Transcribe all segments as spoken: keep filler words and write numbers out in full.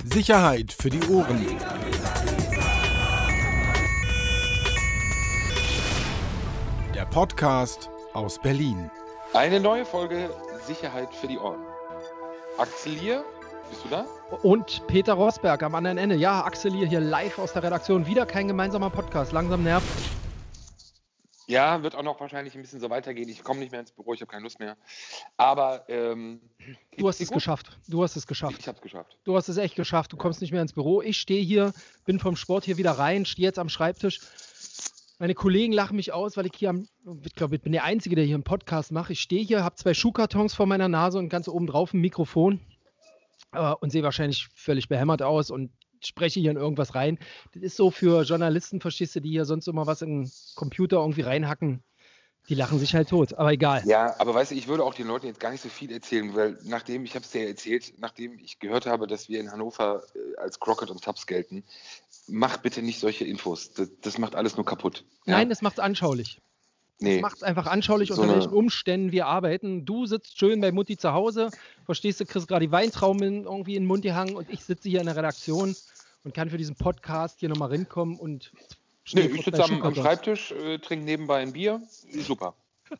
Sicherheit für die Ohren. Der Podcast aus Berlin. Eine neue Folge Sicherheit für die Ohren. Axel hier, bist du da? Und Peter Rosberg am anderen Ende. Ja, Axel hier, hier live aus der Redaktion. Wieder kein gemeinsamer Podcast. Langsam nervt. Ja, wird auch noch wahrscheinlich ein bisschen so weitergehen. Ich komme nicht mehr ins Büro, ich habe keine Lust mehr. Aber ähm, du hast es gut? geschafft. Du hast es geschafft. Ich habe es geschafft. Du hast es echt geschafft. Du ja. kommst nicht mehr ins Büro. Ich stehe hier, bin vom Sport hier wieder rein, stehe jetzt am Schreibtisch. Meine Kollegen lachen mich aus, weil ich hier am, ich glaube, ich bin der Einzige, der hier einen Podcast macht. Ich stehe hier, habe zwei Schuhkartons vor meiner Nase und ganz oben drauf ein Mikrofon äh, und sehe wahrscheinlich völlig behämmert aus und spreche hier in irgendwas rein. Das ist so für Journalisten, verstehst du, die hier sonst immer was in den Computer irgendwie reinhacken. Die lachen sich halt tot, aber egal. Ja, aber weißt du, ich würde auch den Leuten jetzt gar nicht so viel erzählen, weil nachdem, ich habe es dir erzählt, nachdem ich gehört habe, dass wir in Hannover äh, als Crockett und Tubbs gelten, mach bitte nicht solche Infos. Das, das macht alles nur kaputt. Ja? Nein, das macht es anschaulich. Nee. Das macht es einfach anschaulich, So unter eine- welchen Umständen wir arbeiten. Du sitzt schön bei Mutti zu Hause, verstehst du, kriegst gerade die Weintrauben irgendwie in den Mund gehangen und ich sitze hier in der Redaktion und kann für diesen Podcast hier nochmal reinkommen und Nee, stehe ich vor sitze zwei am, am Schuhkartons. Schreibtisch, äh, trinke nebenbei ein Bier. Super.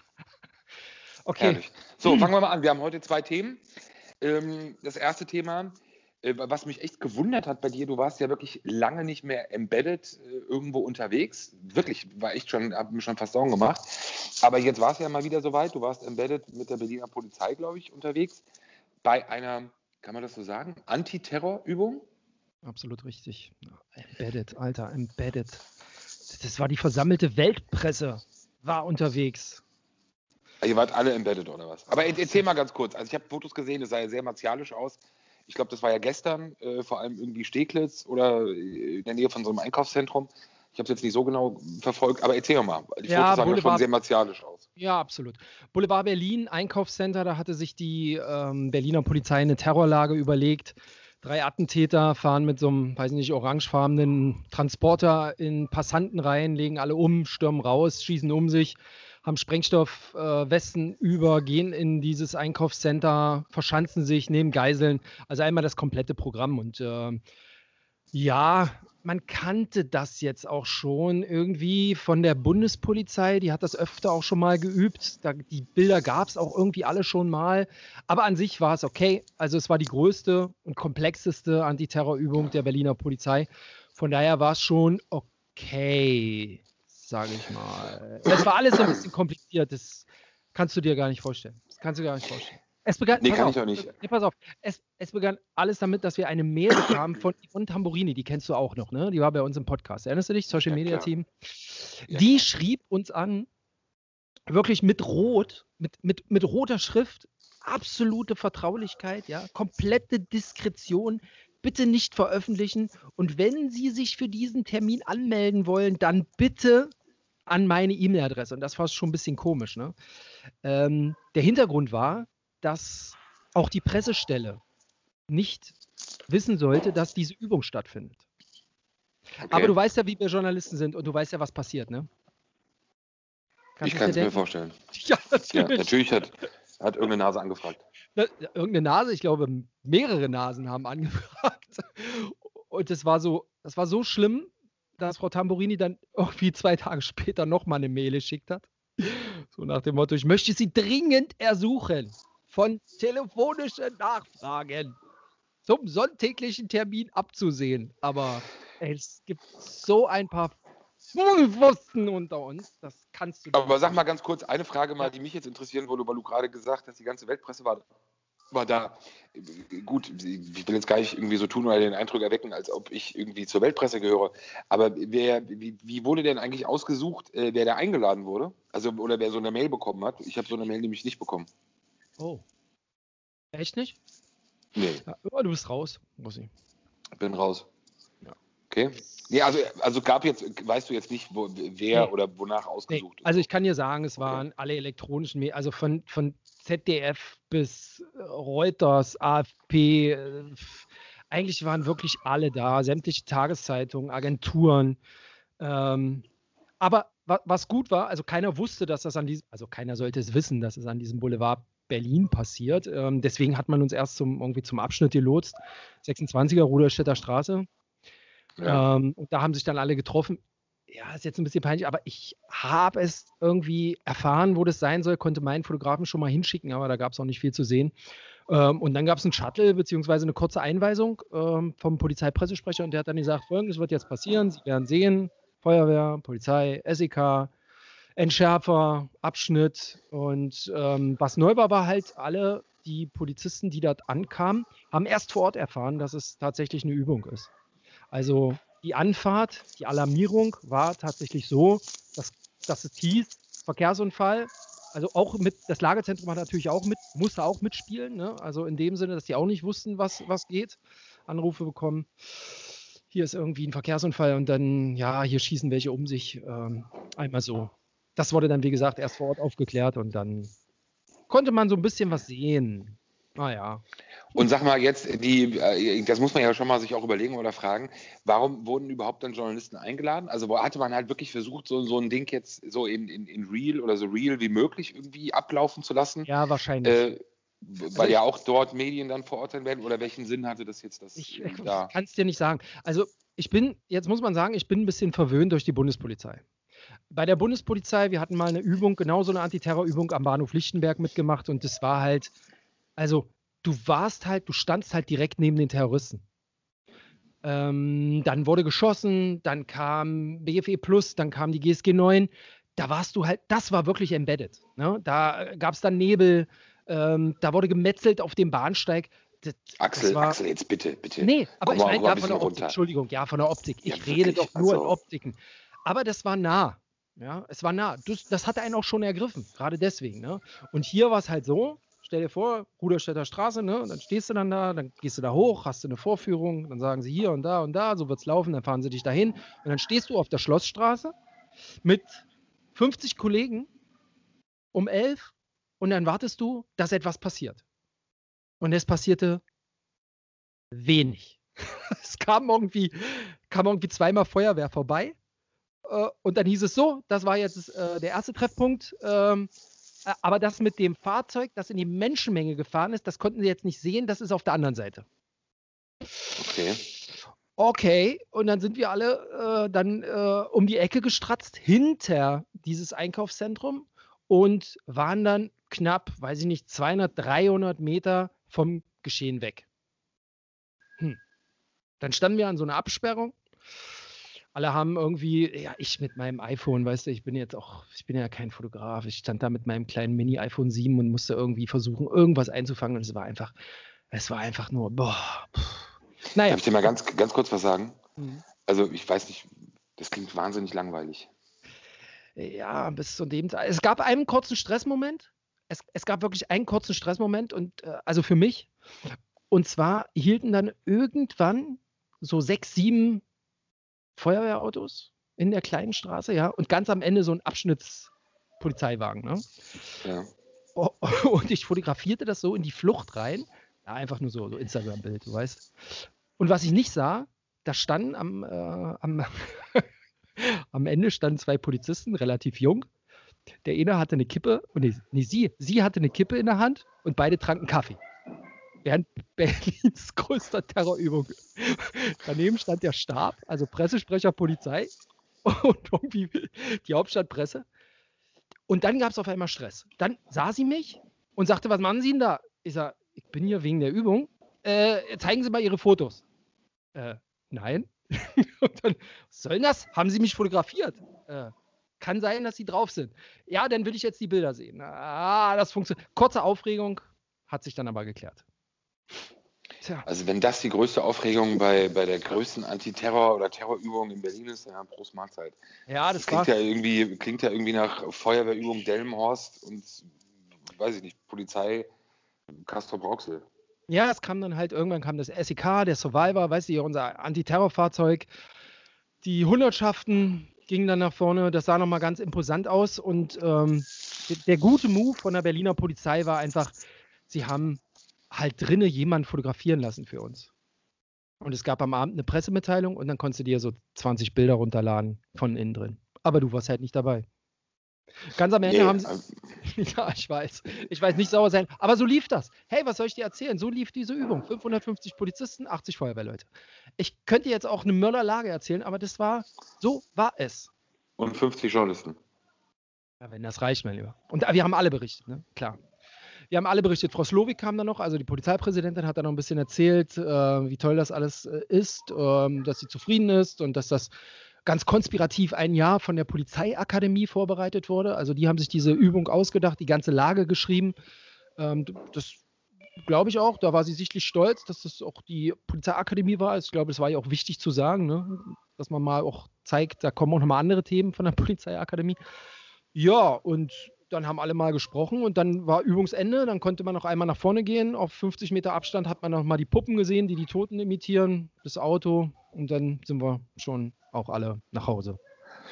Okay, Herrlich. So, fangen wir mal an. Wir haben heute zwei Themen. Ähm, das erste Thema, äh, was mich echt gewundert hat bei dir, du warst ja wirklich lange nicht mehr embedded äh, irgendwo unterwegs. Wirklich, war echt schon, hab mir schon fast Sorgen gemacht. Aber jetzt war es ja mal wieder soweit. Du warst embedded mit der Berliner Polizei, glaube ich, unterwegs. Bei einer, kann man das so sagen, Antiterrorübung? absolut richtig. Embedded, Alter, embedded. Das war die versammelte Weltpresse, war unterwegs. Ihr wart alle embedded oder was? Aber er- erzähl mal ganz kurz. Also ich habe Fotos gesehen, das sah ja sehr martialisch aus. Ich glaube, das war ja gestern, äh, vor allem irgendwie Steglitz oder äh, in der Nähe von so einem Einkaufszentrum. Ich habe es jetzt nicht so genau verfolgt, aber erzähl doch mal. Die Ja, Fotos sahen ja schon Boulevard- sehr martialisch aus. Ja, absolut. Boulevard Berlin, Einkaufscenter, da hatte sich die ähm, Berliner Polizei eine Terrorlage überlegt. Drei Attentäter fahren mit so einem, weiß nicht, orangefarbenen Transporter in Passanten rein, legen alle um, stürmen raus, schießen um sich, haben Sprengstoffwesten äh, über, gehen in dieses Einkaufscenter, verschanzen sich, nehmen Geiseln. Also einmal das komplette Programm. Und äh, ja, man kannte das jetzt auch schon irgendwie von der Bundespolizei. Die hat das öfter auch schon mal geübt. Da, die Bilder gab es auch irgendwie alle schon mal. Aber an sich war es okay. Also es war die größte und komplexeste Antiterrorübung der Berliner Polizei. Von daher war es schon okay, sage ich mal. Es war alles so ein bisschen kompliziert. Das kannst du dir gar nicht vorstellen. Das kannst du dir gar nicht vorstellen. Es begann, Nee, pass kann auf, ich auch nicht. Nee, pass auf. Es, es begann alles damit, dass wir eine Mail bekamen von Yvonne Tamburini, die kennst du auch noch, ne? Die war bei uns im Podcast. Erinnerst du dich? Social Ja, Media klar. Team. Ja, Die klar. schrieb uns an, wirklich mit Rot, mit, mit, mit roter Schrift, absolute Vertraulichkeit, ja, komplette Diskretion, bitte nicht veröffentlichen. Und wenn Sie sich für diesen Termin anmelden wollen, dann bitte an meine E-Mail-Adresse. Und das war schon ein bisschen komisch, ne? Ähm, der Hintergrund war, dass auch die Pressestelle nicht wissen sollte, dass diese Übung stattfindet. Okay. Aber du weißt ja, wie wir Journalisten sind und du weißt ja, was passiert, ne? Kannst ich du kann es dir mir denken? vorstellen. Ja, Ja, natürlich. natürlich hat, hat irgendeine Nase angefragt. Ne, irgendeine Nase, ich glaube, mehrere Nasen haben angefragt. Und das war so, das war so schlimm, dass Frau Tamburini dann irgendwie zwei Tage später nochmal eine Mail geschickt hat. So nach dem Motto, ich möchte Sie dringend ersuchen, von telefonischen Nachfragen zum sonntäglichen Termin abzusehen. Aber ey, es gibt so ein paar Wursten unter uns, das kannst du dir Aber nicht sag mal ganz kurz, eine Frage mal, Ja. die mich jetzt interessieren würde, weil du gerade gesagt hast, die ganze Weltpresse war, war da. Gut, ich will jetzt gar nicht irgendwie so tun oder den Eindruck erwecken, als ob ich irgendwie zur Weltpresse gehöre. Aber wer, wie, wie wurde denn eigentlich ausgesucht, äh, wer da eingeladen wurde? Also, oder wer so eine Mail bekommen hat? Ich habe so eine Mail nämlich nicht bekommen. Oh. Echt nicht? Nee, Ja, aber du bist raus, Russi. bin raus. Ja. Okay. Nee, also, also gab jetzt, weißt du jetzt nicht, wo, wer Nee. oder wonach Nee, ausgesucht ist? also ich kann dir sagen, es Okay. waren alle elektronischen Medien, also von, von Z D F bis äh, Reuters, A F P, äh, f- eigentlich waren wirklich alle da, sämtliche Tageszeitungen, Agenturen. Ähm, aber wa was gut war, also keiner wusste, dass das an diesem, also keiner sollte es wissen, dass es an diesem Boulevard Berlin passiert. Ähm, deswegen hat man uns erst zum, irgendwie zum Abschnitt gelotst. sechsundzwanziger Rudolstädter Straße. Ja. Ähm, und da haben sich dann alle getroffen. Ja, ist jetzt ein bisschen peinlich, aber ich habe es irgendwie erfahren, wo das sein soll, konnte meinen Fotografen schon mal hinschicken, aber da gab es auch nicht viel zu sehen. Ähm, und dann gab es einen Shuttle beziehungsweise eine kurze Einweisung ähm, vom Polizeipressesprecher und der hat dann gesagt, Folgendes wird jetzt passieren, Sie werden sehen, Feuerwehr, Polizei, S E K, Entschärfer, Abschnitt und ähm, was neu war, war halt alle die Polizisten, die dort ankamen, haben erst vor Ort erfahren, dass es tatsächlich eine Übung ist. Also die Anfahrt, die Alarmierung war tatsächlich so, dass, dass es hieß, Verkehrsunfall, also auch mit, das Lagezentrum hat natürlich auch mit, musste auch mitspielen, ne? Also in dem Sinne, dass die auch nicht wussten, was, was geht, Anrufe bekommen, hier ist irgendwie ein Verkehrsunfall und dann, ja, hier schießen welche um sich, ähm, einmal so. Das wurde dann, wie gesagt, erst vor Ort aufgeklärt und dann konnte man so ein bisschen was sehen. Naja. Und sag mal jetzt, die, äh, das muss man ja schon mal sich auch überlegen oder fragen, warum wurden überhaupt dann Journalisten eingeladen? Also wo hatte man halt wirklich versucht, so, so ein Ding jetzt so in, in, in real oder so real wie möglich irgendwie ablaufen zu lassen? Ja, wahrscheinlich. Äh, weil ich- ja auch dort Medien dann vor Ort sein werden, oder welchen Sinn hatte das jetzt, das Ich äh, da? kann es dir nicht sagen. Also ich bin, jetzt muss man sagen, ich bin ein bisschen verwöhnt durch die Bundespolizei. Bei der Bundespolizei, wir hatten mal eine Übung, genau so eine Antiterrorübung am Bahnhof Lichtenberg mitgemacht und das war halt, also du warst halt, du standst halt direkt neben den Terroristen. Ähm, dann wurde geschossen, dann kam B F E Plus, dann kam die G S G neun. Da warst du halt, das war wirklich embedded. Ne? Da gab es dann Nebel, ähm, da wurde gemetzelt auf dem Bahnsteig. Das, Axel, das war, Axel, jetzt bitte, bitte. Nee, aber Komm ich mal- meine komm mal ja ein von der bisschen Optik. runter. Entschuldigung, ja, von der Optik. Ich Ja, rede wirklich, doch nur also- in Optiken. Aber das war nah. Ja, es war nah. Das, das hat einen auch schon ergriffen, gerade deswegen. Ne? Und hier war es halt so, stell dir vor, Rudolstädter Straße, ne? Dann stehst du dann da, dann gehst du da hoch, hast du eine Vorführung, dann sagen sie hier und da und da, so wird's laufen, dann fahren sie dich dahin und dann stehst du auf der Schlossstraße mit fünfzig Kollegen um elf und dann wartest du, dass etwas passiert. Und es passierte wenig. Es kam irgendwie, kam irgendwie zweimal Feuerwehr vorbei. Äh, und dann hieß es so, das war jetzt äh, der erste Treffpunkt. Ähm, äh, aber das mit dem Fahrzeug, das in die Menschenmenge gefahren ist, das konnten sie jetzt nicht sehen, das ist auf der anderen Seite. Okay. Okay, und dann sind wir alle äh, dann äh, um die Ecke gestratzt hinter dieses Einkaufszentrum und waren dann knapp, weiß ich nicht, zweihundert, dreihundert Meter vom Geschehen weg. Hm. Dann standen wir an so einer Absperrung. Alle haben irgendwie, ja, ich mit meinem iPhone, weißt du, ich bin jetzt auch, ich bin ja kein Fotograf. Ich stand da mit meinem kleinen Mini-iPhone sieben und musste irgendwie versuchen, irgendwas einzufangen. Und es war einfach, es war einfach nur, boah. Pff. Naja. Darf ich dir mal ganz, ganz kurz was sagen? Mhm. Also ich weiß nicht, das klingt wahnsinnig langweilig. Ja, bis zu dem Teil. Es gab einen kurzen Stressmoment. Es, es gab wirklich einen kurzen Stressmoment und äh, also für mich. Und zwar hielten dann irgendwann so sechs, sieben Feuerwehrautos in der kleinen Straße, ja, und ganz am Ende so ein Abschnittspolizeiwagen, ne? Ja. Oh, und ich fotografierte das so in die Flucht rein. Ja, einfach nur so, so Instagram-Bild, du weißt. Und was ich nicht sah, da standen am, äh, am, am Ende standen zwei Polizisten, relativ jung. Der eine hatte eine Kippe, und nee, nee, sie, sie hatte eine Kippe in der Hand und beide tranken Kaffee. Während Berlins größter Terrorübung. Daneben stand der Stab, also Pressesprecher, Polizei und irgendwie die Hauptstadtpresse. Und dann gab es auf einmal Stress. Dann sah sie mich und sagte, was machen Sie denn da? Ich sage, ich bin hier wegen der Übung. Äh, zeigen Sie mal Ihre Fotos. Äh, nein. Und dann, was soll denn das? Haben Sie mich fotografiert? Äh, kann sein, dass Sie drauf sind. Ja, dann will ich jetzt die Bilder sehen. Ah, das funktioniert. Kurze Aufregung, hat sich dann aber geklärt. Tja. Also wenn das die größte Aufregung bei, bei der größten Antiterror- oder Terrorübung in Berlin ist, ja, Prost Mahlzeit. Ja, Das das war. klingt ja irgendwie, klingt ja irgendwie nach Feuerwehrübung Delmenhorst und, weiß ich nicht, Polizei Castrop-Rauxel. Ja, es kam dann halt, irgendwann kam das S E K, der Survivor, weißt du, unser Antiterrorfahrzeug. Die Hundertschaften gingen dann nach vorne, das sah nochmal ganz imposant aus und ähm, der, der gute Move von der Berliner Polizei war einfach, sie haben halt drinnen jemanden fotografieren lassen für uns. Und es gab am Abend eine Pressemitteilung und dann konntest du dir so zwanzig Bilder runterladen von innen drin. Aber du warst halt nicht dabei. Ganz am Ende Nee, haben sie. ähm, Ja, ich weiß. Ich weiß, nicht sauer sein. Aber so lief das. Hey, was soll ich dir erzählen? So lief diese Übung. fünfhundertfünfzig Polizisten, achtzig Feuerwehrleute. Ich könnte jetzt auch eine Mörderlage erzählen, aber das war, so war es. und fünfzig Journalisten. Ja, wenn das reicht, mein Lieber. Und wir haben alle berichtet, ne? Klar. Wir haben alle berichtet. Frau Slowik kam dann noch, also die Polizeipräsidentin hat dann noch ein bisschen erzählt, äh, wie toll das alles äh, ist, ähm, dass sie zufrieden ist und dass das ganz konspirativ ein Jahr von der Polizeiakademie vorbereitet wurde. Also die haben sich diese Übung ausgedacht, die ganze Lage geschrieben. Ähm, das glaube ich auch. Da war sie sichtlich stolz, dass das auch die Polizeiakademie war. Ich glaube, das war ja auch wichtig zu sagen, ne? Dass man mal auch zeigt, da kommen auch nochmal andere Themen von der Polizeiakademie. Ja, und dann haben alle mal gesprochen und dann war Übungsende. Dann konnte man noch einmal nach vorne gehen. Auf fünfzig Meter Abstand hat man noch mal die Puppen gesehen, die die Toten imitieren, das Auto. Und dann sind wir schon auch alle nach Hause.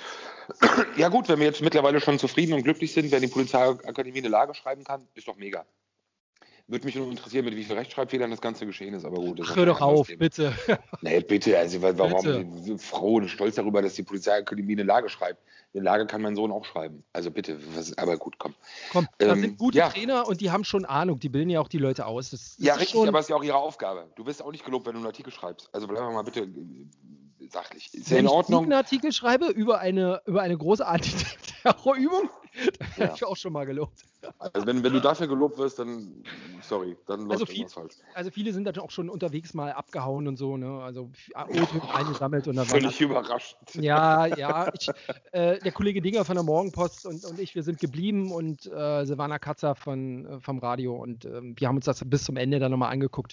Ja gut, wenn wir jetzt mittlerweile schon zufrieden und glücklich sind, wenn die Polizeiakademie eine Lage schreiben kann, ist doch mega. Würde mich nur interessieren, mit wie vielen Rechtschreibfehlern das Ganze geschehen ist, aber gut. Das Ach, ist hör ein doch anderes auf, Thema. bitte. Nee, bitte, also warum Bitte. wir sind froh und stolz darüber, dass die Polizeiakademie eine Lage schreibt. Eine Lage kann mein Sohn auch schreiben. Also bitte, was, aber gut, komm. Komm, da Ähm, sind gute ja. Trainer und die haben schon Ahnung. Die bilden ja auch die Leute aus. Das, das Ja, ist richtig, schon, aber es ist ja auch ihre Aufgabe. Du wirst auch nicht gelobt, wenn du einen Artikel schreibst. Also bleib mal bitte äh, sachlich. Ist ja wenn in ich Ordnung. einen Artikel schreibe über eine, über eine große Antiterrorübung, dann Ja. werde ich auch schon mal gelobt. Also wenn, wenn du dafür gelobt wirst, dann, sorry, dann läuft Also, viel, irgendwas falsch. also viele sind dann auch schon unterwegs mal abgehauen und so, ne? Also O-Töne eingesammelt und dann waren Völlig überrascht. Ja, ja. Ich, äh, der Kollege Dinger von der Morgenpost und, und ich, wir sind geblieben und äh, Silvana Katzer von, äh, vom Radio und ähm, wir haben uns das bis zum Ende dann nochmal angeguckt.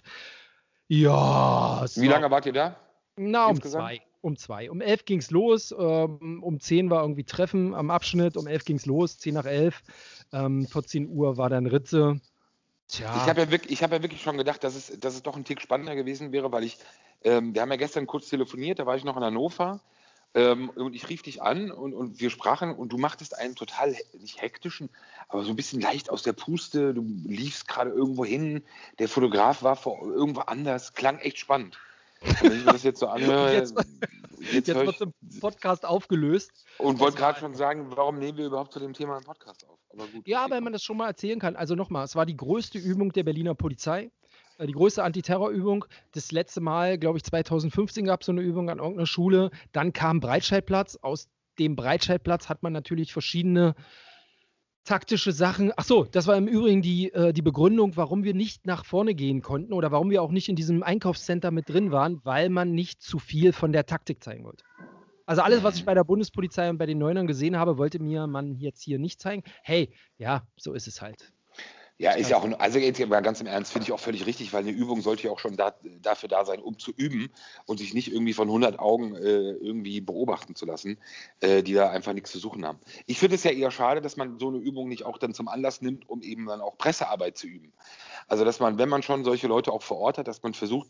Ja, es Wie war- lange wart ihr da? Na, um insgesamt? zwei. Um zwei. Um elf ging es los. Ähm, um zehn war irgendwie Treffen am Abschnitt. Um elf ging es los. Zehn nach elf. Ähm, vierzehn Uhr war dann Ritze. Tja. Ich habe ja, wirklich- ich hab ja wirklich schon gedacht, dass es, dass es doch ein Tick spannender gewesen wäre, weil ich, ähm, wir haben ja gestern kurz telefoniert, da war ich noch in Hannover ähm, und ich rief dich an und, und wir sprachen und du machtest einen total, he- nicht hektischen, aber so ein bisschen leicht aus der Puste, du liefst gerade irgendwo hin, der Fotograf war vor, irgendwo anders, klang echt spannend. Und wenn ich mir das jetzt so anhöre, Jetzt- jetzt, Jetzt höre wird ich im Podcast aufgelöst. und wollte Es war gerade schon sagen, warum nehmen wir überhaupt zu dem Thema einen Podcast auf? Aber gut, Ja, okay, weil komm. man das schon mal erzählen kann. Also nochmal, es war die größte Übung der Berliner Polizei. äh, Die größte Antiterrorübung. Das letzte Mal, glaube ich, zweitausendfünfzehn gab es so eine Übung an irgendeiner Schule. Dann kam Breitscheidplatz. Aus dem Breitscheidplatz hat man natürlich verschiedene taktische Sachen. Ach so, das war im Übrigen die, äh, die Begründung, warum wir nicht nach vorne gehen konnten oder warum wir auch nicht in diesem Einkaufscenter mit drin waren, weil man nicht zu viel von der Taktik zeigen wollte. Also alles, was ich bei der Bundespolizei und bei den Neunern gesehen habe, wollte mir man jetzt hier nicht zeigen. Hey, ja, so ist es halt. Ja, ist ja auch, also jetzt mal ganz im Ernst, finde ich auch völlig richtig, weil eine Übung sollte ja auch schon da, dafür da sein, um zu üben und sich nicht irgendwie von hundert Augen äh, irgendwie beobachten zu lassen, äh, die da einfach nichts zu suchen haben. Ich finde es ja eher schade, dass man so eine Übung nicht auch dann zum Anlass nimmt, um eben dann auch Pressearbeit zu üben. Also, dass man, wenn man schon solche Leute auch vor Ort hat, dass man versucht,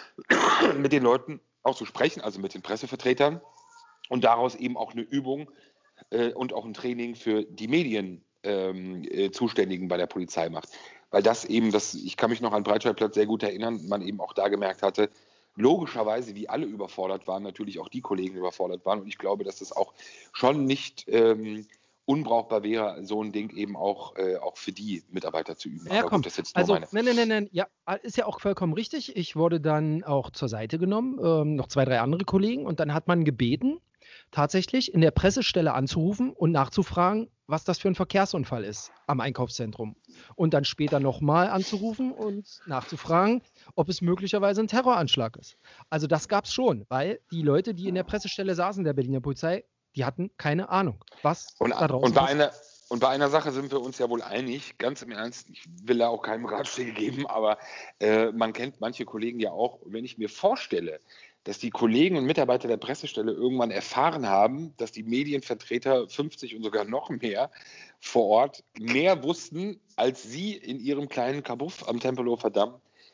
mit den Leuten auch zu sprechen, also mit den Pressevertretern und daraus eben auch eine Übung äh, und auch ein Training für die Medien ähm, äh, Zuständigen bei der Polizei macht. Weil das eben, das, ich kann mich noch an Breitscheidplatz sehr gut erinnern, man eben auch da gemerkt hatte, logischerweise, wie alle überfordert waren, natürlich auch die Kollegen überfordert waren. Und ich glaube, dass das auch schon nicht ähm, unbrauchbar wäre, so ein Ding eben auch, äh, auch für die Mitarbeiter zu üben. Ja, Aber komm. gut, das ist jetzt nur Also, meine. nein, nein, nein, nein, ja, ist ja auch vollkommen richtig. Ich wurde dann auch zur Seite genommen, ähm, noch zwei, drei andere Kollegen, und dann hat man gebeten, tatsächlich in der Pressestelle anzurufen und nachzufragen, was das für ein Verkehrsunfall ist am Einkaufszentrum. Und dann später nochmal anzurufen und nachzufragen, ob es möglicherweise ein Terroranschlag ist. Also das gab es schon, weil die Leute, die in der Pressestelle saßen, der Berliner Polizei, die hatten keine Ahnung, was Und, da draußen und, bei passiert. einer, und bei einer Sache sind wir uns ja wohl einig, ganz im Ernst, ich will da auch keinem Ratschläge geben, aber äh, man kennt manche Kollegen ja auch. Wenn ich mir vorstelle, dass die Kollegen und Mitarbeiter der Pressestelle irgendwann erfahren haben, dass die Medienvertreter fünfzig und sogar noch mehr vor Ort mehr wussten, als sie in ihrem kleinen Kabuff am Tempelhofer Damm.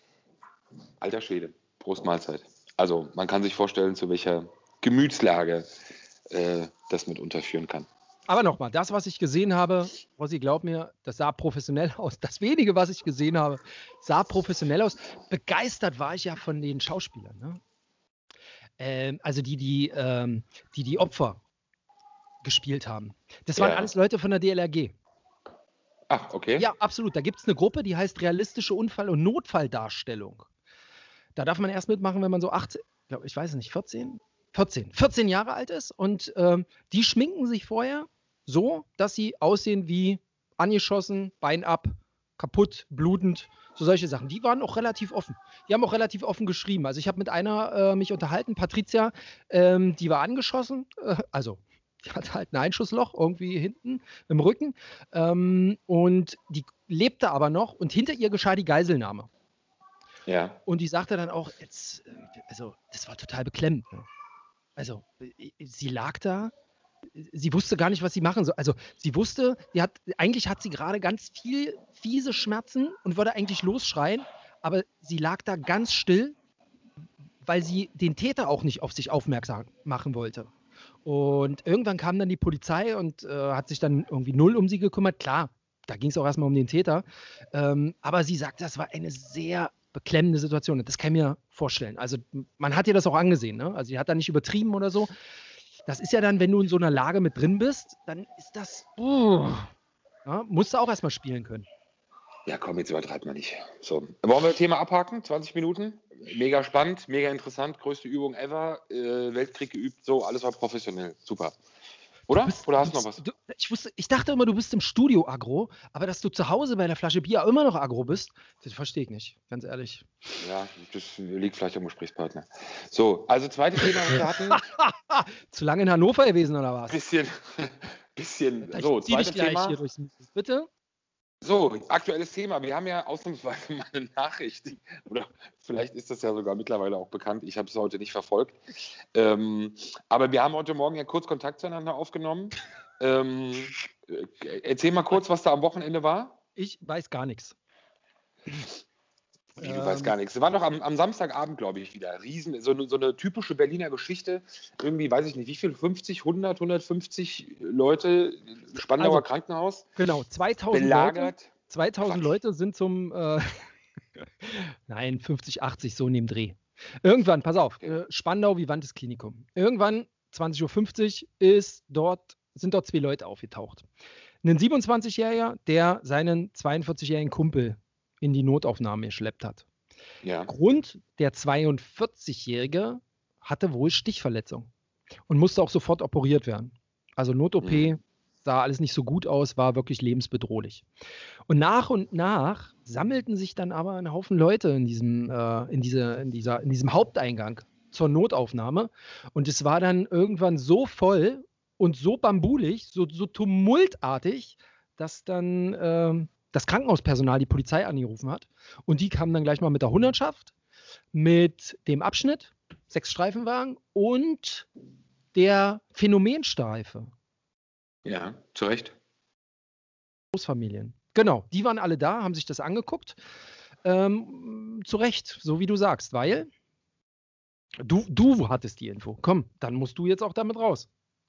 Alter Schwede, Prost Mahlzeit. Also man kann sich vorstellen, zu welcher Gemütslage äh, das mitunter führen kann. Aber nochmal, das, was ich gesehen habe, Rossi, glaub mir, das sah professionell aus. Das wenige, was ich gesehen habe, sah professionell aus. Begeistert war ich ja von den Schauspielern. Ne? Ähm, also die die, ähm, die die Opfer gespielt haben. Das waren Ja. alles Leute von der D L R G. Ach, okay. Ja, absolut. Da gibt es eine Gruppe, die heißt Realistische Unfall- und Notfalldarstellung. Da darf man erst mitmachen, wenn man so achtzehn, glaub, ich weiß nicht, vierzehn? vierzehn. vierzehn Jahre alt ist. Und ähm, die schminken sich vorher so, dass sie aussehen wie angeschossen, Bein ab, kaputt, blutend, so solche Sachen. Die waren auch relativ offen. Die haben auch relativ offen geschrieben. Also ich habe mit einer äh, mich unterhalten, Patricia, ähm, die war angeschossen, äh, also die hatte halt ein Einschussloch irgendwie hinten im Rücken ähm, und die lebte aber noch und hinter ihr geschah die Geiselnahme. Ja. Und die sagte dann auch, jetzt, also das war total beklemmend. Ne? Also sie lag da, sie wusste gar nicht, was sie machen soll. Also sie wusste, die hat, eigentlich hat sie gerade ganz viel fiese Schmerzen und würde eigentlich losschreien, aber sie lag da ganz still, weil sie den Täter auch nicht auf sich aufmerksam machen wollte. Und irgendwann kam dann die Polizei und äh, hat sich dann irgendwie null um sie gekümmert. Klar, da ging es auch erstmal um den Täter. Ähm, aber sie sagte, das war eine sehr beklemmende Situation. Das kann ich mir vorstellen. Also man hat ihr das auch angesehen. Ne? Also sie hat da nicht übertrieben oder so. Das ist ja dann, wenn du in so einer Lage mit drin bist, dann ist das, uh, ja, musst du auch erstmal spielen können. Ja, komm, jetzt übertreibt man nicht. So. Wollen wir das Thema abhaken? zwanzig Minuten? Mega spannend, mega interessant, größte Übung ever, äh, Weltkrieg geübt, so, alles war professionell. Super. Oder? bist, Oder hast du bist, noch was? Du, ich, wusste, ich dachte immer, du bist im Studio aggro, aber dass du zu Hause bei einer Flasche Bier immer noch aggro bist, das verstehe ich nicht, ganz ehrlich. Ja, das liegt vielleicht am Gesprächspartner. So, also zweite Thema, was wir hatten. Zu lange in Hannover gewesen, oder was? Bisschen, bisschen, Ich so, zieh dich zweites gleich Thema. hier durchs Mikro. Bitte? So, aktuelles Thema. Wir haben ja ausnahmsweise mal eine Nachricht, oder vielleicht ist das ja sogar mittlerweile auch bekannt. Ich habe es heute nicht verfolgt. Ähm, aber wir haben heute Morgen ja kurz Kontakt zueinander aufgenommen. Ähm, äh, erzähl mal kurz, was da am Wochenende war. Ich weiß gar nichts. Wie, du weißt gar nichts. Es war doch am, am Samstagabend, glaube ich, wieder. Riesen, so eine, so eine typische Berliner Geschichte. Irgendwie, weiß ich nicht, wie viel? fünfzig, hundert, hundertfünfzig Leute, Spandauer Also, Krankenhaus. Genau, zweitausend belagert. Leute, zweitausend Quatsch. Leute sind zum, äh, nein, fünfzig, achtzig, so in dem Dreh. Irgendwann, pass auf, äh, Spandau, Vivantes Klinikum. Irgendwann, zwanzig Uhr fünfzig, ist dort, sind dort zwei Leute aufgetaucht. Ein siebenundzwanzigjähriger, der seinen zweiundvierzigjährigen Kumpel in die Notaufnahme geschleppt hat. Ja. Grund, der zweiundvierzigjährige hatte wohl Stichverletzung und musste auch sofort operiert werden. Also Not-O P, Mhm. sah alles nicht so gut aus, war wirklich lebensbedrohlich. Und nach und nach sammelten sich dann aber ein Haufen Leute in diesem, äh, in diese, in dieser, in diesem Haupteingang zur Notaufnahme. Und es war dann irgendwann so voll und so bambulig, so, so tumultartig, dass dann ähm, das Krankenhauspersonal die Polizei angerufen hat. Und die kamen dann gleich mal mit der Hundertschaft, mit dem Abschnitt, sechs Streifenwagen und der Phänomenstreife. Ja, zu Recht. Großfamilien. Genau, die waren alle da, haben sich das angeguckt. Ähm, zu Recht, so wie du sagst, weil du, du hattest die Info. Komm, dann musst du jetzt auch damit raus.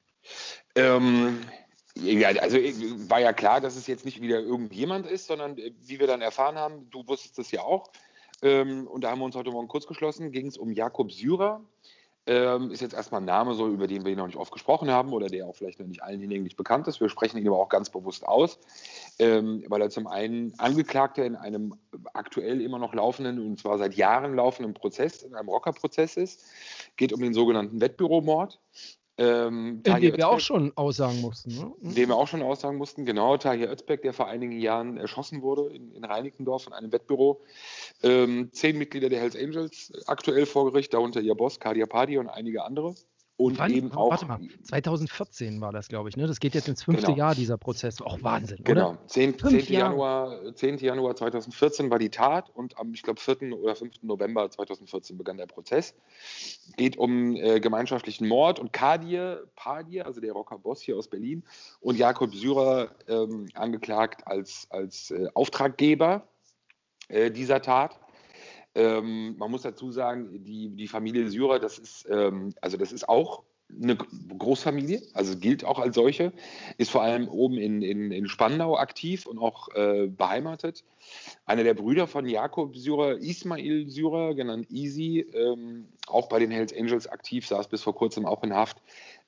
Ähm, ja, also war ja klar, dass es jetzt nicht wieder irgendjemand ist, sondern wie wir dann erfahren haben, du wusstest es ja auch. Ähm, und da haben wir uns heute Morgen kurz geschlossen, ging es um Jakob Syrer. Ähm, ist jetzt erstmal ein Name, so, über den wir noch nicht oft gesprochen haben oder der auch vielleicht noch nicht allen hinlänglich bekannt ist. Wir sprechen ihn aber auch ganz bewusst aus, ähm, weil er zum einen Angeklagter in einem aktuell immer noch laufenden, und zwar seit Jahren laufenden Prozess, in einem Rockerprozess ist. Geht um den sogenannten Wettbüromord. Ähm, In dem wir Özbek, auch schon aussagen mussten. Ne? in dem wir auch schon aussagen mussten, genau, Tahir Özbek, der vor einigen Jahren erschossen wurde in, in Reinickendorf in einem Wettbüro. Ähm, zehn Mitglieder der Hells Angels aktuell vor Gericht, darunter ihr Boss Kadir Padi und einige andere. Und Wann? eben auch. Warte mal, zweitausendvierzehn war das, glaube ich. Ne? Das geht jetzt ins fünfte Genau. Jahr, dieser Prozess. Auch Wahnsinn, Genau, oder? zehnten Fünf Jahre. Januar, zehnten Januar zweitausendvierzehn war die Tat und am, ich glaube, vierten oder fünften November zweitausendvierzehn begann der Prozess. Geht um äh, gemeinschaftlichen Mord und Kadir Padi, also der Rockerboss hier aus Berlin, und Jakob Syrer ähm, angeklagt als, als äh, Auftraggeber äh, dieser Tat. Ähm, man muss dazu sagen, die, die Familie Syrer, das ist, ähm, also das ist auch eine Großfamilie, also gilt auch als solche, ist vor allem oben in, in, in Spandau aktiv und auch äh, beheimatet. Einer der Brüder von Jakob Syrer, Ismail Syrer, genannt Easy, ähm, auch bei den Hells Angels aktiv, saß bis vor kurzem auch in Haft,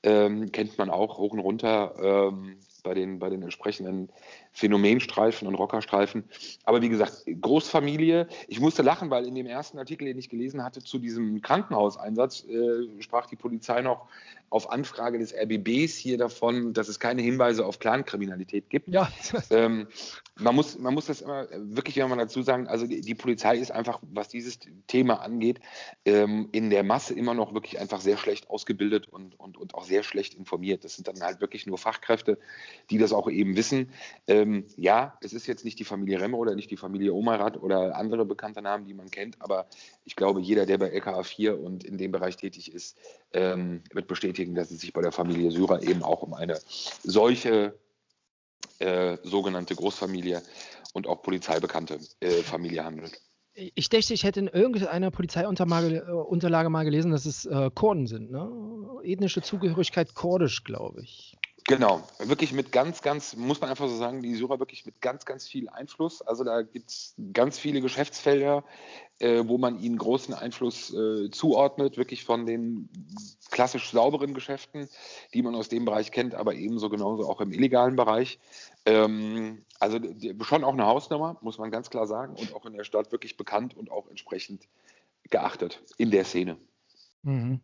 ähm, kennt man auch hoch und runter ähm, bei den, bei den entsprechenden Phänomenstreifen und Rockerstreifen. Aber wie gesagt, Großfamilie. Ich musste lachen, weil in dem ersten Artikel, den ich gelesen hatte, zu diesem Krankenhauseinsatz, äh, sprach die Polizei noch auf Anfrage des R B Bs hier davon, dass es keine Hinweise auf Clankriminalität gibt. Ja. Ähm, man muss, man muss das immer wirklich immer mal dazu sagen, also die, die Polizei ist einfach, was dieses Thema angeht, ähm, in der Masse immer noch wirklich einfach sehr schlecht ausgebildet und, und, und auch sehr schlecht informiert. Das sind dann halt wirklich nur Fachkräfte, die das auch eben wissen. Ähm, ja, es ist jetzt nicht die Familie Remmer oder nicht die Familie Omarat oder andere bekannte Namen, die man kennt, aber ich glaube, jeder, der bei L K A vier und in dem Bereich tätig ist, ähm, wird bestätigen, dass es sich bei der Familie Syrer eben auch um eine solche äh, sogenannte Großfamilie und auch polizeibekannte äh, Familie handelt. Ich dachte, ich hätte in irgendeiner Polizeiunterlage mal gelesen, dass es äh, Kurden sind, ne? Ethnische Zugehörigkeit kurdisch, glaube ich. Genau, wirklich mit ganz, ganz, muss man einfach so sagen, die Syrer wirklich mit ganz, ganz viel Einfluss. Also da gibt es ganz viele Geschäftsfelder, äh, wo man ihnen großen Einfluss äh, zuordnet, wirklich von den klassisch sauberen Geschäften, die man aus dem Bereich kennt, aber ebenso genauso auch im illegalen Bereich. Ähm, also die, schon auch eine Hausnummer, muss man ganz klar sagen, und auch in der Stadt wirklich bekannt und auch entsprechend geachtet in der Szene. Mhm.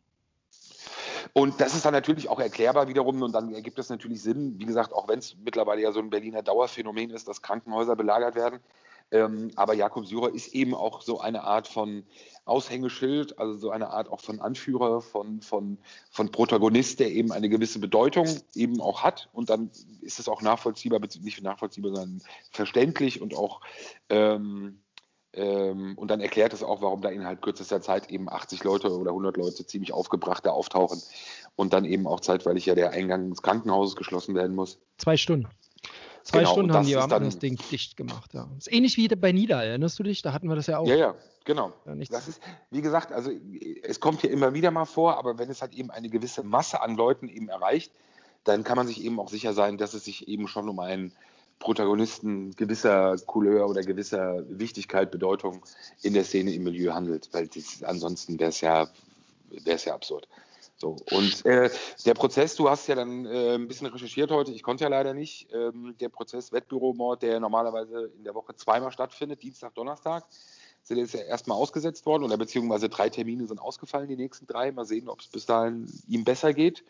Und das ist dann natürlich auch erklärbar wiederum und dann ergibt es natürlich Sinn, wie gesagt, auch wenn es mittlerweile ja so ein Berliner Dauerphänomen ist, dass Krankenhäuser belagert werden. Ähm, aber Jakob Syrer ist eben auch so eine Art von Aushängeschild, also so eine Art auch von Anführer, von, von, von Protagonist, der eben eine gewisse Bedeutung eben auch hat. Und dann ist es auch nachvollziehbar, nicht nachvollziehbar, sondern verständlich und auch ähm, Ähm, und dann erklärt es auch, warum da innerhalb kürzester Zeit eben achtzig Leute oder hundert Leute ziemlich aufgebracht da auftauchen und dann eben auch zeitweilig ja der Eingang des Krankenhauses geschlossen werden muss. Zwei Stunden. Zwei Genau, Stunden und haben das die ist Beamten dann- das Ding dicht gemacht. Ja. Ist ähnlich wie bei Nida, erinnerst du dich? Da hatten wir das ja auch. Ja, ja, genau. Ja, nichts- Das ist, wie gesagt, also es kommt hier immer wieder mal vor, aber wenn es halt eben eine gewisse Masse an Leuten eben erreicht, dann kann man sich eben auch sicher sein, dass es sich eben schon um einen Protagonisten gewisser Couleur oder gewisser Wichtigkeit, Bedeutung in der Szene, im Milieu handelt, weil das, ansonsten wäre es ja, wäre es ja absurd. So, und äh, der Prozess, du hast ja dann äh, ein bisschen recherchiert heute, ich konnte ja leider nicht, ähm, der Prozess Wettbüromord, der normalerweise in der Woche zweimal stattfindet, Dienstag, Donnerstag, sind jetzt ja erstmal ausgesetzt worden oder beziehungsweise drei Termine sind ausgefallen, die nächsten drei. Mal sehen, ob es bis dahin ihm besser geht.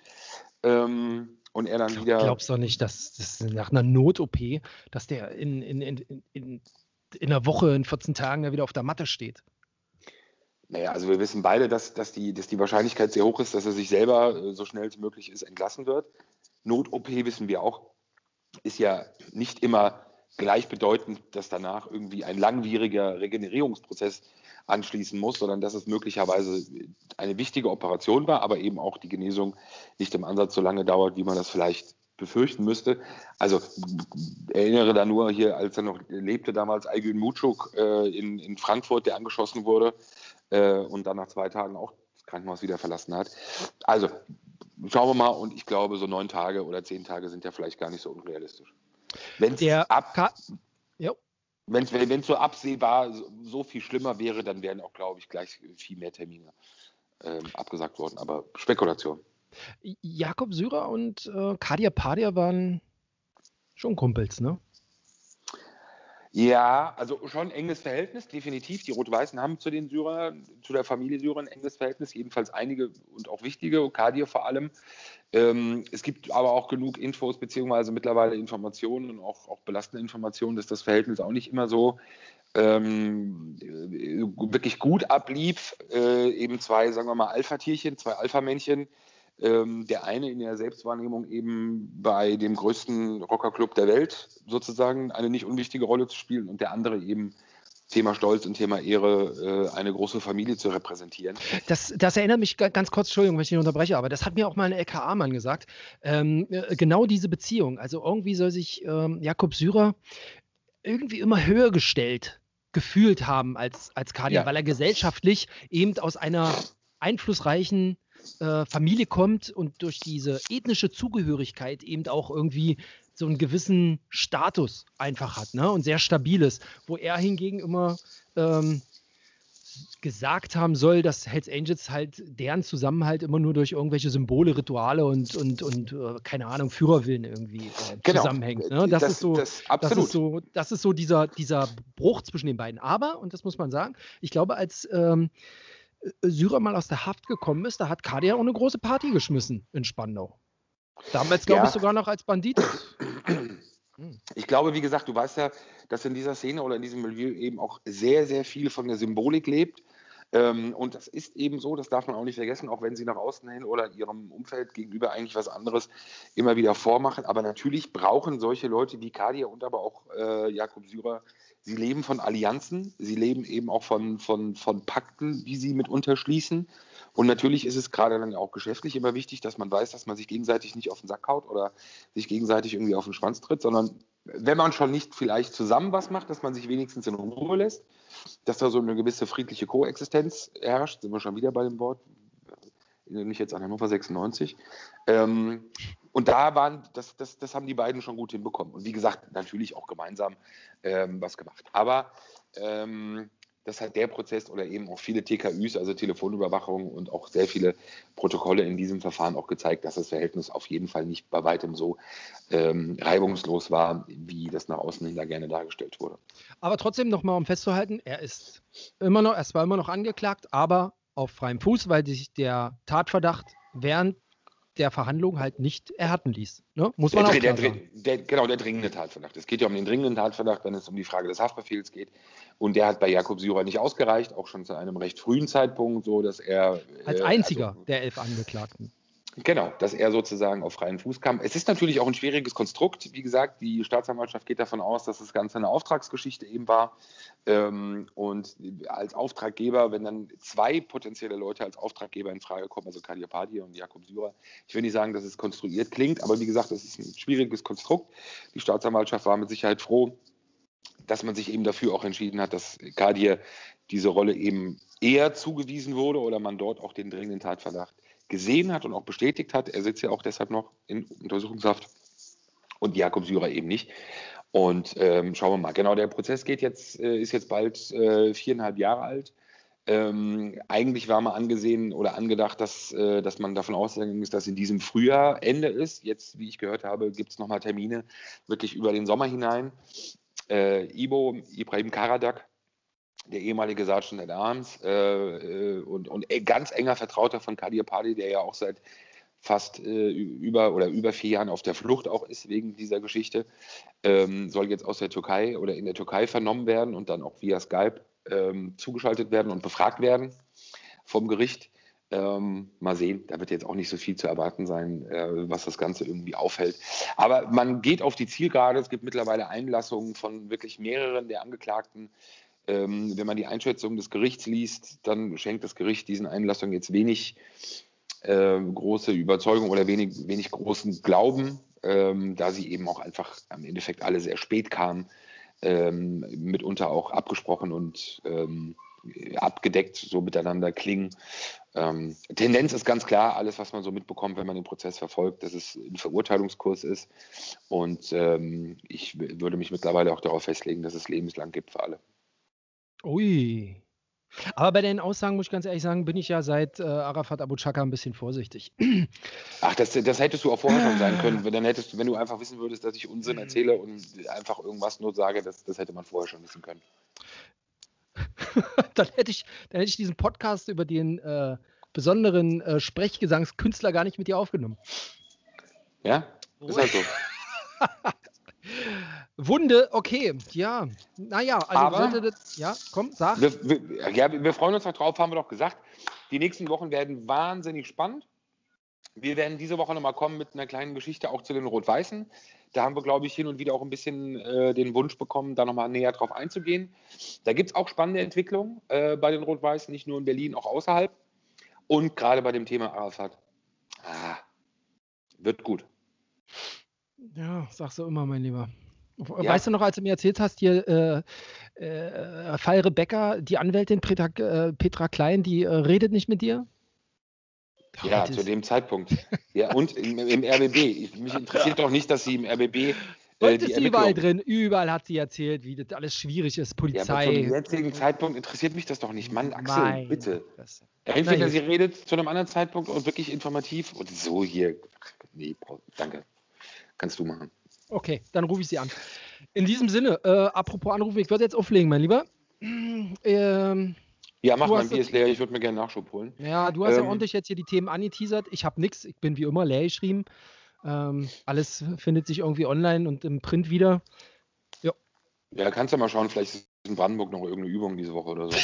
Ähm, und er dann Glaub, wieder. glaubst du nicht, dass das nach einer Not-O P, dass der in, in, in, in, in einer Woche, in vierzehn Tagen da wieder auf der Matte steht? Naja, also wir wissen beide, dass, dass, die, dass die Wahrscheinlichkeit sehr hoch ist, dass er sich selber äh, so schnell es möglich ist entlassen wird. Not-O P wissen wir auch, ist ja nicht immer gleichbedeutend, dass danach irgendwie ein langwieriger Regenerierungsprozess anschließen muss, sondern dass es möglicherweise eine wichtige Operation war, aber eben auch die Genesung nicht im Ansatz so lange dauert, wie man das vielleicht befürchten müsste. Also erinnere da nur hier, als er noch lebte damals, Aygün Mucuk äh, in, in Frankfurt, der angeschossen wurde äh, und dann nach zwei Tagen auch das Krankenhaus wieder verlassen hat. Also schauen wir mal, und ich glaube, so neun Tage oder zehn Tage sind ja vielleicht gar nicht so unrealistisch. Wenn es ab, Ka- jo. wenn es so absehbar so, so viel schlimmer wäre, dann wären auch, glaube ich, gleich viel mehr Termine ähm, abgesagt worden. Aber Spekulation. Jakob Syrer und äh, Kadir Padir waren schon Kumpels, ne? Ja, also schon ein enges Verhältnis, definitiv. Die Rot-Weißen haben zu den Syrern, zu der Familie Syrer ein enges Verhältnis, jedenfalls einige und auch wichtige, Kadir vor allem. Ähm, es gibt aber auch genug Infos beziehungsweise mittlerweile Informationen und auch, auch belastende Informationen, dass das Verhältnis auch nicht immer so ähm, wirklich gut ablief. Äh, eben zwei, sagen wir mal, Alpha-Tierchen, zwei Alpha-Männchen. Ähm, der eine in der Selbstwahrnehmung eben bei dem größten Rockerclub der Welt sozusagen eine nicht unwichtige Rolle zu spielen und der andere eben Thema Stolz und Thema Ehre, äh, eine große Familie zu repräsentieren. Das, das erinnert mich ga- ganz kurz, Entschuldigung, wenn ich dich unterbreche, aber das hat mir auch mal ein L K A-Mann gesagt. Ähm, äh, genau diese Beziehung. Also irgendwie soll sich ähm, Jakob Syrer irgendwie immer höher gestellt gefühlt haben als, als Kadir, Ja. weil er gesellschaftlich eben aus einer einflussreichen äh, Familie kommt und durch diese ethnische Zugehörigkeit eben auch irgendwie so einen gewissen Status einfach hat, ne? Und sehr stabil ist, wo er hingegen immer ähm, gesagt haben soll, dass Hells Angels halt deren Zusammenhalt immer nur durch irgendwelche Symbole, Rituale und, und, und äh, keine Ahnung, Führerwillen irgendwie äh, Genau. zusammenhängt. Ne? Das, Das- ist so, das- das absolut. ist so, das ist so dieser, dieser Bruch zwischen den beiden. Aber, und das muss man sagen, ich glaube, als ähm, Syrer mal aus der Haft gekommen ist, da hat Kadia auch eine große Party geschmissen in Spandau. Damals, glaube Ja. ich, sogar noch als Banditos. Ich glaube, wie gesagt, du weißt ja, dass in dieser Szene oder in diesem Milieu eben auch sehr, sehr viel von der Symbolik lebt. Ähm, und das ist eben so, das darf man auch nicht vergessen, auch wenn sie nach außen hin oder ihrem Umfeld gegenüber eigentlich was anderes immer wieder vormachen. Aber natürlich brauchen solche Leute wie Kadia und aber auch äh, Jakob Syrer, sie leben von Allianzen, sie leben eben auch von, von, von Pakten, die sie mitunter schließen. Und natürlich ist es gerade dann auch geschäftlich immer wichtig, dass man weiß, dass man sich gegenseitig nicht auf den Sack haut oder sich gegenseitig irgendwie auf den Schwanz tritt, sondern wenn man schon nicht vielleicht zusammen was macht, dass man sich wenigstens in Ruhe lässt, dass da so eine gewisse friedliche Koexistenz herrscht, sind wir schon wieder bei dem Wort, nicht jetzt an Hannover sechsundneunzig. Ähm, und da waren, das, das, das haben die beiden schon gut hinbekommen. Und wie gesagt, natürlich auch gemeinsam ähm, was gemacht. Aber ähm, das hat der Prozess oder eben auch viele T K Üs, also Telefonüberwachung und auch sehr viele Protokolle in diesem Verfahren auch gezeigt, dass das Verhältnis auf jeden Fall nicht bei weitem so ähm, reibungslos war, wie das nach außen hin da gerne dargestellt wurde. Aber trotzdem nochmal, um festzuhalten, er ist immer noch, er war immer noch angeklagt, aber auf freiem Fuß, weil sich der Tatverdacht während der Verhandlung halt nicht erhärten ließ. Ne? Muss man Der, auch der, klar der, sagen. der, genau, der dringende Tatverdacht. Es geht ja um den dringenden Tatverdacht, wenn es um die Frage des Haftbefehls geht. Und der hat bei Jakob Syrer nicht ausgereicht, auch schon zu einem recht frühen Zeitpunkt, so dass er Als äh, einziger also, der elf Angeklagten. Genau, dass er sozusagen auf freien Fuß kam. Es ist natürlich auch ein schwieriges Konstrukt. Wie gesagt, die Staatsanwaltschaft geht davon aus, dass das Ganze eine Auftragsgeschichte eben war. Ähm, und als Auftraggeber, wenn dann zwei potenzielle Leute als Auftraggeber in Frage kommen, also Kadia Padir und Jakob Syrer, ich will nicht sagen, dass es konstruiert klingt, aber wie gesagt, es ist ein schwieriges Konstrukt. Die Staatsanwaltschaft war mit Sicherheit froh, dass man sich eben dafür auch entschieden hat, dass Kadir diese Rolle eben eher zugewiesen wurde oder man dort auch den dringenden Tatverdacht gesehen hat und auch bestätigt hat. Er sitzt ja auch deshalb noch in Untersuchungshaft und Jakob Syrer eben nicht. Und ähm, schauen wir mal. Genau, der Prozess geht jetzt, äh, ist jetzt bald äh, viereinhalb Jahre alt. Ähm, eigentlich war mal angesehen oder angedacht, dass, äh, dass man davon ausgegangen ist, dass in diesem Frühjahr Ende ist. Jetzt, wie ich gehört habe, gibt es nochmal Termine wirklich über den Sommer hinein. Äh, Ibo, Ibrahim Karadak, der ehemalige Sergeant at Arms äh, und, und ganz enger Vertrauter von Kadir Padir, der ja auch seit fast äh, über oder über vier Jahren auf der Flucht auch ist wegen dieser Geschichte, ähm, soll jetzt aus der Türkei oder in der Türkei vernommen werden und dann auch via Skype ähm, zugeschaltet werden und befragt werden vom Gericht. Ähm, mal sehen, da wird jetzt auch nicht so viel zu erwarten sein, äh, was das Ganze irgendwie aufhält. Aber man geht auf die Zielgerade. Es gibt mittlerweile Einlassungen von wirklich mehreren der Angeklagten. Ähm, wenn man die Einschätzung des Gerichts liest, dann schenkt das Gericht diesen Einlassungen jetzt wenig äh, große Überzeugung oder wenig, wenig großen Glauben, ähm, da sie eben auch einfach am Endeffekt alle sehr spät kamen, ähm, mitunter auch abgesprochen und ähm, abgedeckt so miteinander klingen. Ähm, Tendenz ist ganz klar, alles, was man so mitbekommt, wenn man den Prozess verfolgt, dass es ein Verurteilungskurs ist. Und ähm, ich würde mich mittlerweile auch darauf festlegen, dass es lebenslang gibt für alle. Ui. Aber bei den Aussagen, muss ich ganz ehrlich sagen, bin ich ja seit äh, Arafat Abu Chaka ein bisschen vorsichtig. Ach, das, das hättest du auch vorher schon sein können. Dann hättest du, wenn du einfach wissen würdest, dass ich Unsinn erzähle und einfach irgendwas nur sage, das, das hätte man vorher schon wissen können. dann, hätte ich, dann hätte ich diesen Podcast über den äh, besonderen äh, Sprechgesangskünstler gar nicht mit dir aufgenommen. Ja, ist halt so. Wunde, okay, ja. Naja, also Aber sollte das, ja, komm, sag. Wir, wir, ja, wir freuen uns noch drauf, haben wir doch gesagt. Die nächsten Wochen werden wahnsinnig spannend. Wir werden diese Woche nochmal kommen mit einer kleinen Geschichte auch zu den Rot-Weißen. Da haben wir, glaube ich, hin und wieder auch ein bisschen äh, den Wunsch bekommen, da nochmal näher drauf einzugehen. Da gibt es auch spannende Entwicklungen äh, bei den Rot-Weißen, nicht nur in Berlin, auch außerhalb. Und gerade bei dem Thema Arafat. Ah, wird gut. Ja, sagst du immer, mein Lieber. Ja. Weißt du noch, als du mir erzählt hast, hier äh, äh, Fall Rebecca, die Anwältin Petra, äh, Petra Klein, die äh, redet nicht mit dir? Ja, Heute zu ist- dem Zeitpunkt. Ja, und im, im R B B. Ich, mich interessiert doch nicht, dass sie im R B B Heute die ist sie überall Ermittlungen. drin. Überall hat sie erzählt, wie das alles schwierig ist. Ja, aber Polizei. zum jetzigen Zeitpunkt interessiert mich das doch nicht. Mann, Axel, Meine bitte. Fresse. Entweder Na sie gut. redet zu einem anderen Zeitpunkt und wirklich informativ und so hier. Nee, brauch- danke. Kannst du machen. Okay, dann rufe ich sie an. In diesem Sinne, äh, apropos Anrufen, ich würde jetzt auflegen, mein Lieber. Ähm, Ja, mach, Du mein hast Bier das- ist leer. Ich würde mir gerne Nachschub holen. ja, du hast ja Ähm, ordentlich jetzt hier die Themen angeteasert. Ich habe nichts. Ich bin wie immer leer geschrieben. Ähm, alles findet sich irgendwie online und im Print wieder. Ja, kannst du mal schauen, vielleicht ist in Brandenburg noch irgendeine Übung diese Woche oder so.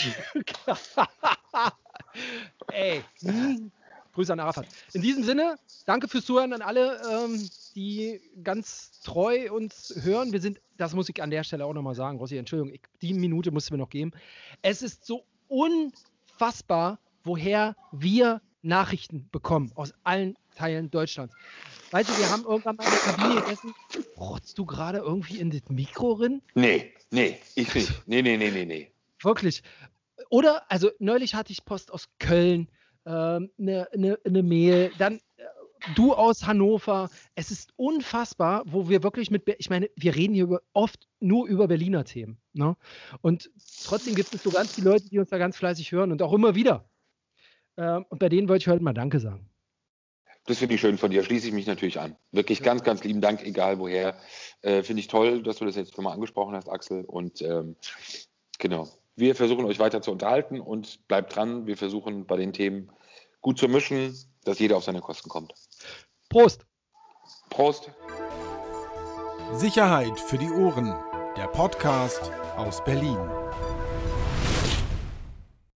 Ey. Hm. Grüße an Arafat. In diesem Sinne, danke fürs Zuhören an alle, ähm, die ganz treu uns hören. Wir sind, das muss ich an der Stelle auch nochmal sagen, Rossi, Entschuldigung, ich, die Minute musst du mir noch geben. Es ist so unfassbar, woher wir Nachrichten bekommen aus allen Teilen Deutschlands. Weißt du, wir haben irgendwann mal in der Kabine gegessen. Rotzt du gerade irgendwie in das Mikro rein? Nee, nee, ich nicht. Nee, nee, nee, nee, nee. Wirklich. Oder, also neulich hatte ich Post aus Köln, eine ähm, ne, ne, ne Mail, dann äh, du aus Hannover. Es ist unfassbar, wo wir wirklich mit, Be- ich meine, wir reden hier über, oft nur über Berliner Themen. Ne? Und trotzdem gibt es so ganz viele Leute, die uns da ganz fleißig hören und auch immer wieder. Ähm, und bei denen wollte ich heute mal Danke sagen. Das finde ich schön von dir. Schließe ich mich natürlich an. Wirklich ganz, ganz lieben Dank, egal woher. Äh, finde ich toll, dass du das jetzt nochmal angesprochen hast, Axel. Und ähm, genau, wir versuchen euch weiter zu unterhalten und bleibt dran. Wir versuchen bei den Themen gut zu mischen, dass jeder auf seine Kosten kommt. Prost! Prost! Sicherheit für die Ohren. Der Podcast aus Berlin.